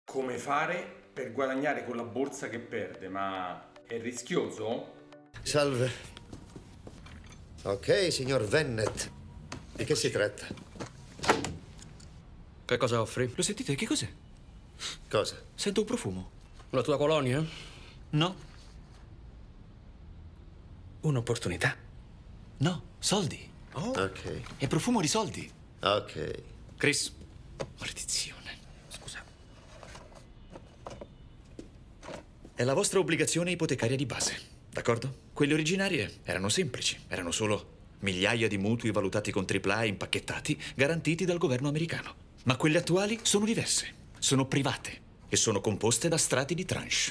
Come fare per guadagnare con la borsa che perde? Ma è rischioso? Salve. Ok, signor Vennet. Di che si tratta? Che cosa offri? Lo sentite? Che cos'è? Cosa? Sento un profumo. La tua colonia? No. Un'opportunità. No, soldi. Oh. Ok. È profumo di soldi. Ok. Chris. Maledizione. Scusa. È la vostra obbligazione ipotecaria di base, d'accordo? Quelle originarie erano semplici. Erano solo migliaia di mutui valutati con AAA impacchettati, garantiti dal governo americano. Ma quelle attuali sono diverse. Sono private e sono composte da strati di tranche.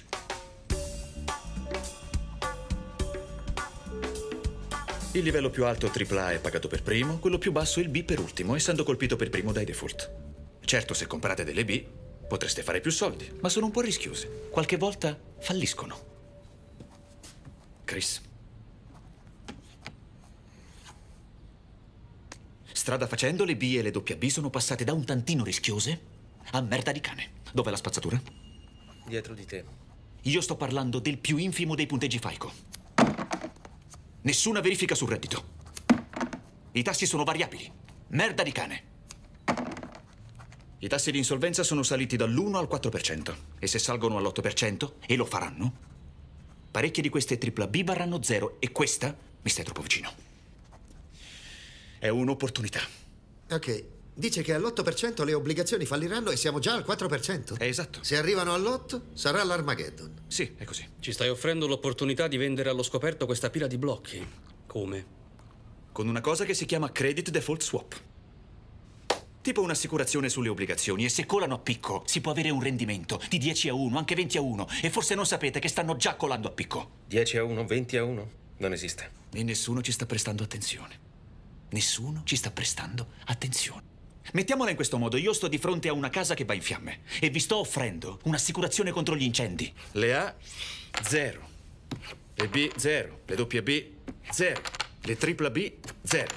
Il livello più alto AAA è pagato per primo, quello più basso il B per ultimo, essendo colpito per primo dai default. Certo, se comprate delle B, potreste fare più soldi, ma sono un po' rischiose. Qualche volta falliscono. Chris. Strada facendo, le B e le doppia B sono passate da un tantino rischiose a merda di cane. Dov'è la spazzatura? Dietro di te. Io sto parlando del più infimo dei punteggi FICO. Nessuna verifica sul reddito. I tassi sono variabili. Merda di cane. I tassi di insolvenza sono saliti dall'1 al 4%. E se salgono all'8%, e lo faranno, parecchie di queste AAA varranno 0. E questa mi stai troppo vicino. È un'opportunità. Ok. Dice che all'8% le obbligazioni falliranno e siamo già al 4%? È esatto. Se arrivano all'8 sarà l'Armageddon. Sì, è così. Ci stai offrendo l'opportunità di vendere allo scoperto questa pila di blocchi. Come? Con una cosa che si chiama Credit Default Swap. Tipo un'assicurazione sulle obbligazioni, e se colano a picco si può avere un rendimento di 10-1, anche 20-1, e forse non sapete che stanno già colando a picco. 10-1, 20-1? Non esiste. E nessuno ci sta prestando attenzione. Nessuno ci sta prestando attenzione. Mettiamola in questo modo, io sto di fronte a una casa che va in fiamme e vi sto offrendo un'assicurazione contro gli incendi. Le A, 0. Le B, 0. Le doppie B, 0. Le tripla B, 0.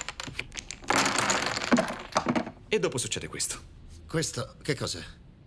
E dopo succede questo. Questo che cos'è?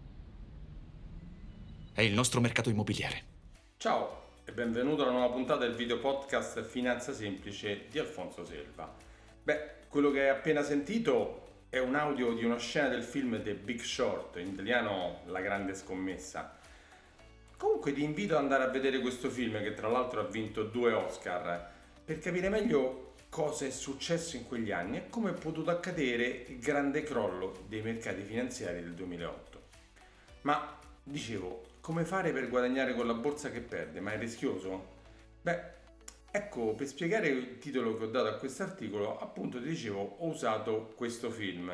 È il nostro mercato immobiliare. Ciao e benvenuto alla nuova puntata del video podcast Finanza Semplice di Alfonso Selva. Quello che hai appena sentito è un audio di una scena del film The Big Short, in italiano La Grande Scommessa. Comunque ti invito ad andare a vedere questo film, che tra l'altro ha vinto 2 Oscar, per capire meglio cosa è successo in quegli anni e come è potuto accadere il grande crollo dei mercati finanziari del 2008. Ma, dicevo, come fare per guadagnare con la borsa che perde? Ma è rischioso? Ecco, per spiegare il titolo che ho dato a questo articolo, appunto ti dicevo, ho usato questo film.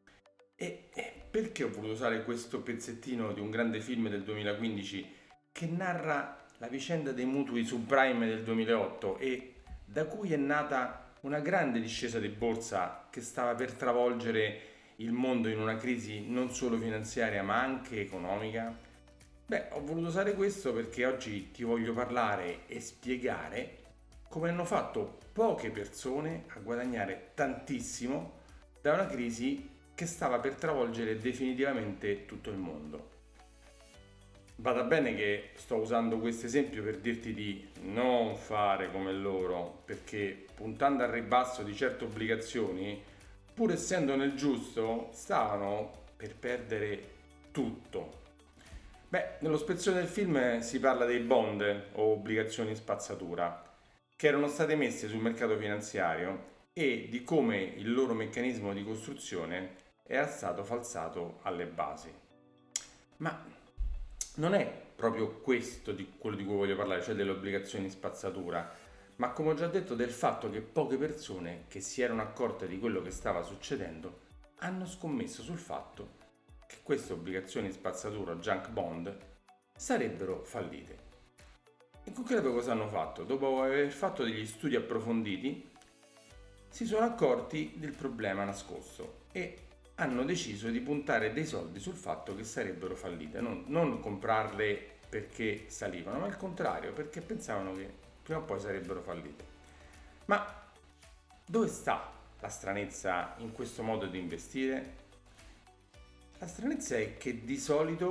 E perché ho voluto usare questo pezzettino di un grande film del 2015 che narra la vicenda dei mutui subprime del 2008 e da cui è nata una grande discesa di borsa che stava per travolgere il mondo in una crisi non solo finanziaria ma anche economica? Ho voluto usare questo perché oggi ti voglio parlare e spiegare come hanno fatto poche persone a guadagnare tantissimo da una crisi che stava per travolgere definitivamente tutto il mondo. Vada bene che sto usando questo esempio per dirti di non fare come loro, perché puntando al ribasso di certe obbligazioni, pur essendo nel giusto, stavano per perdere tutto. Nello spezzone del film si parla dei bond o obbligazioni spazzatura, che erano state messe sul mercato finanziario e di come il loro meccanismo di costruzione era stato falsato alle basi. Ma non è proprio questo quello di cui voglio parlare, cioè delle obbligazioni spazzatura, ma come ho già detto del fatto che poche persone che si erano accorte di quello che stava succedendo hanno scommesso sul fatto che queste obbligazioni spazzatura o junk bond sarebbero fallite. In concreto cosa hanno fatto? Dopo aver fatto degli studi approfonditi, si sono accorti del problema nascosto e hanno deciso di puntare dei soldi sul fatto che sarebbero fallite, non comprarle perché salivano, ma al contrario, perché pensavano che prima o poi sarebbero fallite. Ma dove sta la stranezza in questo modo di investire? La stranezza è che di solito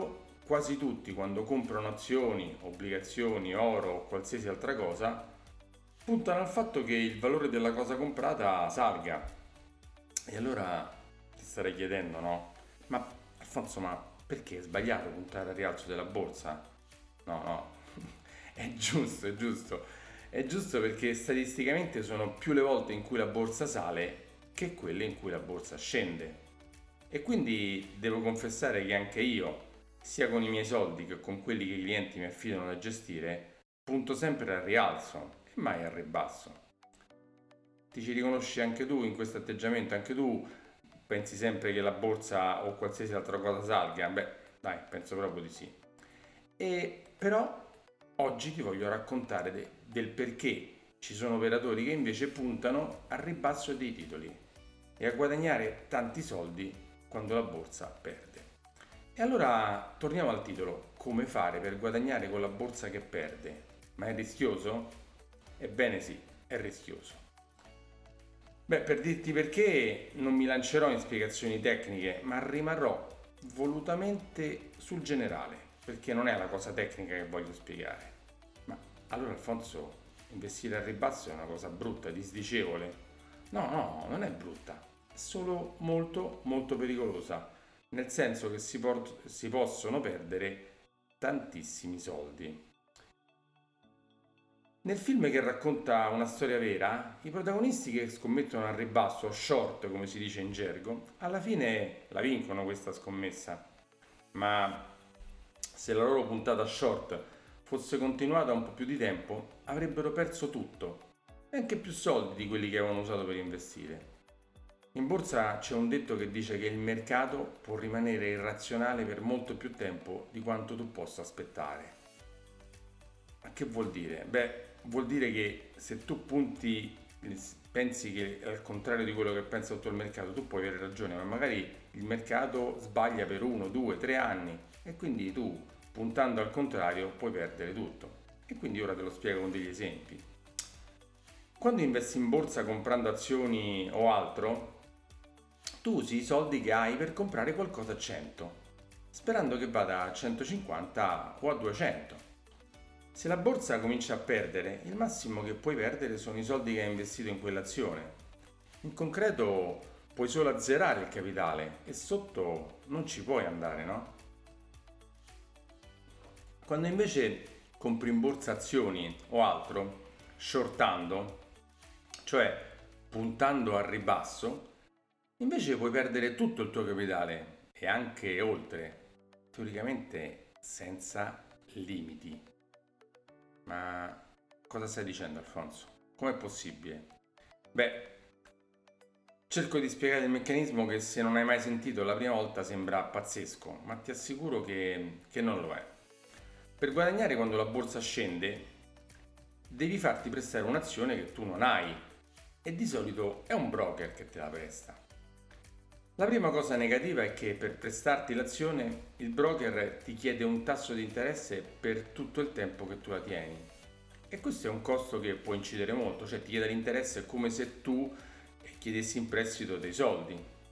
quasi tutti quando comprano azioni, obbligazioni, oro o qualsiasi altra cosa, puntano al fatto che il valore della cosa comprata salga. E allora ti starei chiedendo, no? Ma Alfonso, ma perché è sbagliato puntare al rialzo della borsa? No, è giusto, è giusto. È giusto perché statisticamente sono più le volte in cui la borsa sale che quelle in cui la borsa scende. E quindi devo confessare che anche io, sia con i miei soldi che con quelli che i clienti mi affidano da gestire, punto sempre al rialzo e mai al ribasso. Ti ci riconosci anche tu in questo atteggiamento? Anche tu pensi sempre che la borsa o qualsiasi altra cosa salga? Beh, dai, penso proprio di sì. E però oggi ti voglio raccontare del perché ci sono operatori che invece puntano al ribasso dei titoli e a guadagnare tanti soldi quando la borsa perde. E allora torniamo al titolo: come fare per guadagnare con la borsa che perde? Ma è rischioso? Ebbene sì, è rischioso. Beh, per dirti perché non mi lancerò in spiegazioni tecniche, ma rimarrò volutamente sul generale, perché non è la cosa tecnica che voglio spiegare. Ma allora, Alfonso, investire al ribasso è una cosa brutta, disdicevole? No, non è brutta, è solo molto molto pericolosa, nel senso che si possono perdere tantissimi soldi. Nel film che racconta una storia vera, i protagonisti che scommettono al ribasso, o short come si dice in gergo, alla fine la vincono questa scommessa. Ma se la loro puntata short fosse continuata un po' più di tempo, avrebbero perso tutto e anche più soldi di quelli che avevano usato per investire. In borsa c'è un detto che dice che il mercato può rimanere irrazionale per molto più tempo di quanto tu possa aspettare. Ma che vuol dire? Beh, vuol dire che se tu pensi che al contrario di quello che pensa tutto il mercato, tu puoi avere ragione, ma magari il mercato sbaglia per 1, 2, 3 anni e quindi tu, puntando al contrario, puoi perdere tutto. E quindi ora te lo spiego con degli esempi. Quando investi in borsa comprando azioni o altro, tu usi i soldi che hai per comprare qualcosa a 100, sperando che vada a 150 o a 200. Se la borsa comincia a perdere, il massimo che puoi perdere sono i soldi che hai investito in quell'azione. In concreto, puoi solo azzerare il capitale e sotto non ci puoi andare, no? Quando invece compri in borsa azioni o altro, shortando, cioè puntando al ribasso, invece puoi perdere tutto il tuo capitale e anche oltre, teoricamente senza limiti. Ma cosa stai dicendo, Alfonso? Com'è possibile? Beh, cerco di spiegare il meccanismo che se non hai mai sentito la prima volta sembra pazzesco, ma ti assicuro che non lo è. Per guadagnare quando la borsa scende, devi farti prestare un'azione che tu non hai e di solito è un broker che te la presta. La prima cosa negativa è che per prestarti l'azione il broker ti chiede un tasso di interesse per tutto il tempo che tu la tieni e questo è un costo che può incidere molto, cioè ti chiede l'interesse come se tu chiedessi in prestito dei soldi.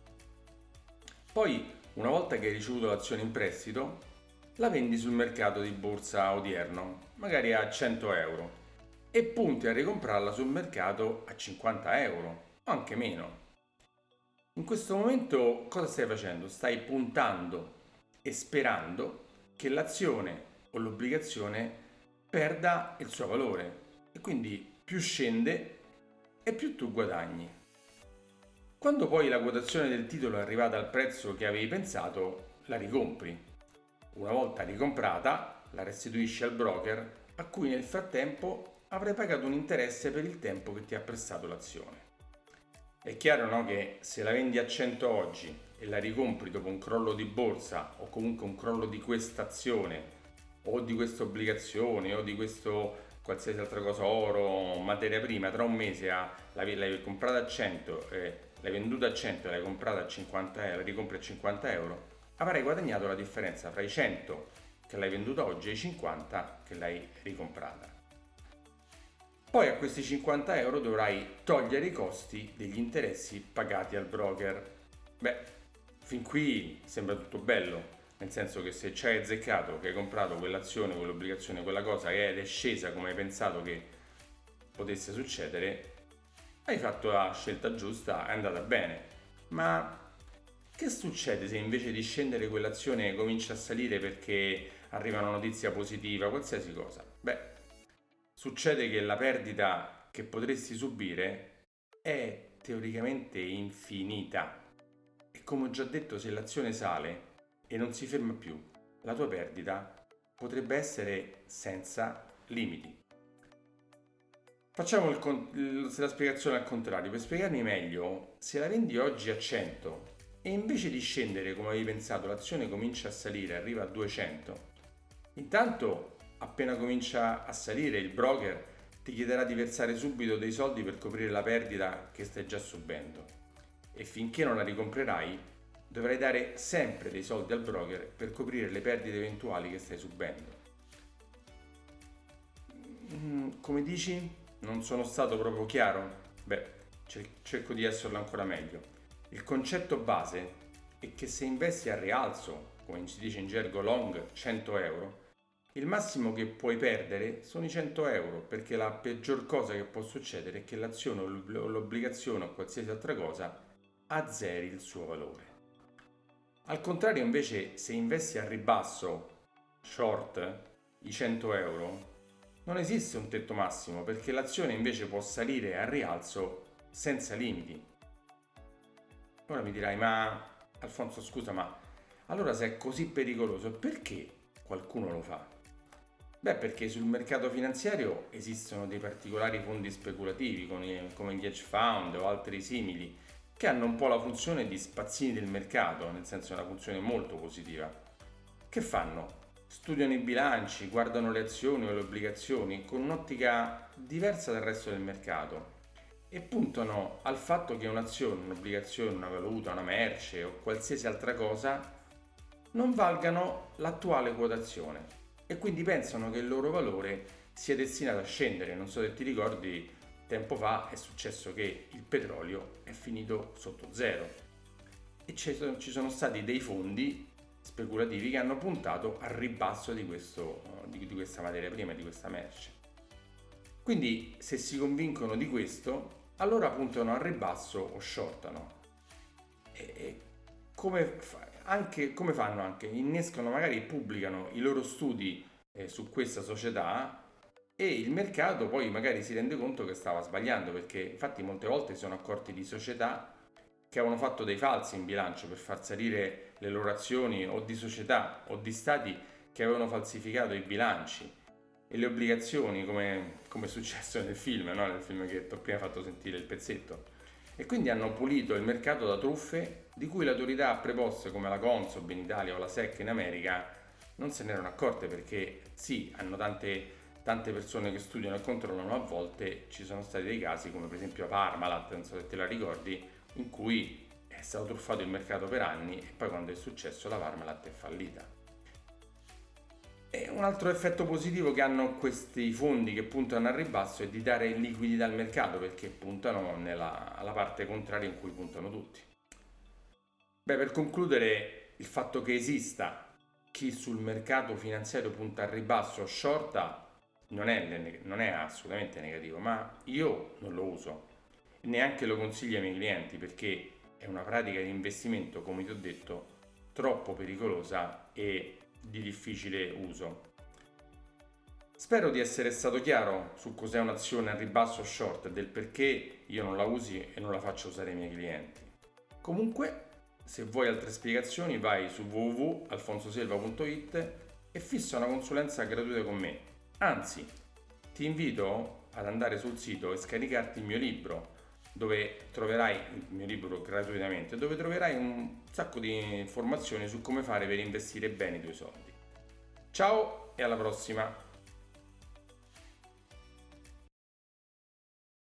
Poi, una volta che hai ricevuto l'azione in prestito, la vendi sul mercato di borsa odierno, magari a 100 euro, e punti a ricomprarla sul mercato a 50 euro o anche meno. In questo momento cosa stai facendo? Stai puntando e sperando che l'azione o l'obbligazione perda il suo valore e quindi più scende e più tu guadagni. Quando poi la quotazione del titolo è arrivata al prezzo che avevi pensato, la ricompri. Una volta ricomprata, la restituisci al broker a cui nel frattempo avrai pagato un interesse per il tempo che ti ha prestato l'azione. È chiaro, no, che se la vendi a 100 oggi e la ricompri dopo un crollo di borsa o comunque un crollo di questa azione o di questa obbligazione o di questo qualsiasi altra cosa, oro, materia prima, tra un mese l'hai comprata a 100, l'hai venduta a 100 e l'hai comprata a 50 euro, la ricompri a 50 euro, avrai guadagnato la differenza fra i 100 che l'hai venduta oggi e i 50 che l'hai ricomprata. Poi a questi 50 euro dovrai togliere i costi degli interessi pagati al broker. Beh, fin qui sembra tutto bello, nel senso che se ci hai azzeccato che hai comprato quell'azione, quell'obbligazione, quella cosa ed è scesa come hai pensato che potesse succedere, hai fatto la scelta giusta, è andata bene. Ma che succede se invece di scendere quell'azione comincia a salire perché arriva una notizia positiva, qualsiasi cosa? Beh, succede che la perdita che potresti subire è teoricamente infinita. E come ho già detto, se l'azione sale e non si ferma più, la tua perdita potrebbe essere senza limiti. Facciamo la spiegazione al contrario. Per spiegarmi meglio, se la vendi oggi a 100 e invece di scendere come avevi pensato l'azione comincia a salire, arriva a 200, intanto appena comincia a salire il broker ti chiederà di versare subito dei soldi per coprire la perdita che stai già subendo e finché non la ricomprerai dovrai dare sempre dei soldi al broker per coprire le perdite eventuali che stai subendo. Come dici? Non sono stato proprio chiaro? Beh, cerco di esserlo ancora meglio. Il concetto base è che se investi a rialzo, come si dice in gergo long, 100 euro, il massimo che puoi perdere sono i 100 euro, perché la peggior cosa che può succedere è che l'azione o l'obbligazione o qualsiasi altra cosa azzeri il suo valore. Al contrario invece, se investi a ribasso, short, i 100 euro, non esiste un tetto massimo perché l'azione invece può salire a rialzo senza limiti. Ora mi dirai, ma Alfonso scusa, ma allora se è così pericoloso perché qualcuno lo fa? Beh, perché sul mercato finanziario esistono dei particolari fondi speculativi come gli hedge fund o altri simili che hanno un po' la funzione di spazzini del mercato, nel senso è una funzione molto positiva. Che fanno? Studiano i bilanci, guardano le azioni o le obbligazioni con un'ottica diversa dal resto del mercato e puntano al fatto che un'azione, un'obbligazione, una valuta, una merce o qualsiasi altra cosa non valgano l'attuale quotazione e quindi pensano che il loro valore sia destinato a scendere. Non so se ti ricordi, tempo fa è successo che il petrolio è finito sotto zero e ci sono stati dei fondi speculativi che hanno puntato al ribasso di questa materia prima, di questa merce. Quindi se si convincono di questo, allora puntano al ribasso o shortano. E come fanno anche? Innescano, magari pubblicano i loro studi su questa società e il mercato poi magari si rende conto che stava sbagliando, perché infatti molte volte si sono accorti di società che avevano fatto dei falsi in bilancio per far salire le loro azioni, o di società o di stati che avevano falsificato i bilanci e le obbligazioni, come è successo nel film, no? Nel film che ti ho prima fatto sentire il pezzetto. E quindi hanno pulito il mercato da truffe di cui le autorità preposte come la Consob in Italia o la SEC in America non se ne erano accorte, perché sì, hanno tante persone che studiano e controllano, a volte ci sono stati dei casi come per esempio Parmalat, non so se te la ricordi, in cui è stato truffato il mercato per anni e poi quando è successo la Parmalat è fallita. E un altro effetto positivo che hanno questi fondi che puntano al ribasso è di dare liquidità al mercato, perché puntano alla parte contraria in cui puntano tutti. Beh, per concludere, il fatto che esista chi sul mercato finanziario punta al ribasso o shorta non è assolutamente negativo, ma io non lo uso. Neanche lo consiglio ai miei clienti, perché è una pratica di investimento, come ti ho detto, troppo pericolosa e di difficile uso. Spero di essere stato chiaro su cos'è un'azione a ribasso o short e del perché io non la usi e non la faccio usare ai miei clienti. Comunque, se vuoi altre spiegazioni vai su www.alfonsoselva.it e fissa una consulenza gratuita con me. Anzi, ti invito ad andare sul sito e scaricarti il mio libro, dove troverai il mio libro gratuitamente, dove troverai un sacco di informazioni su come fare per investire bene i tuoi soldi. Ciao e alla prossima!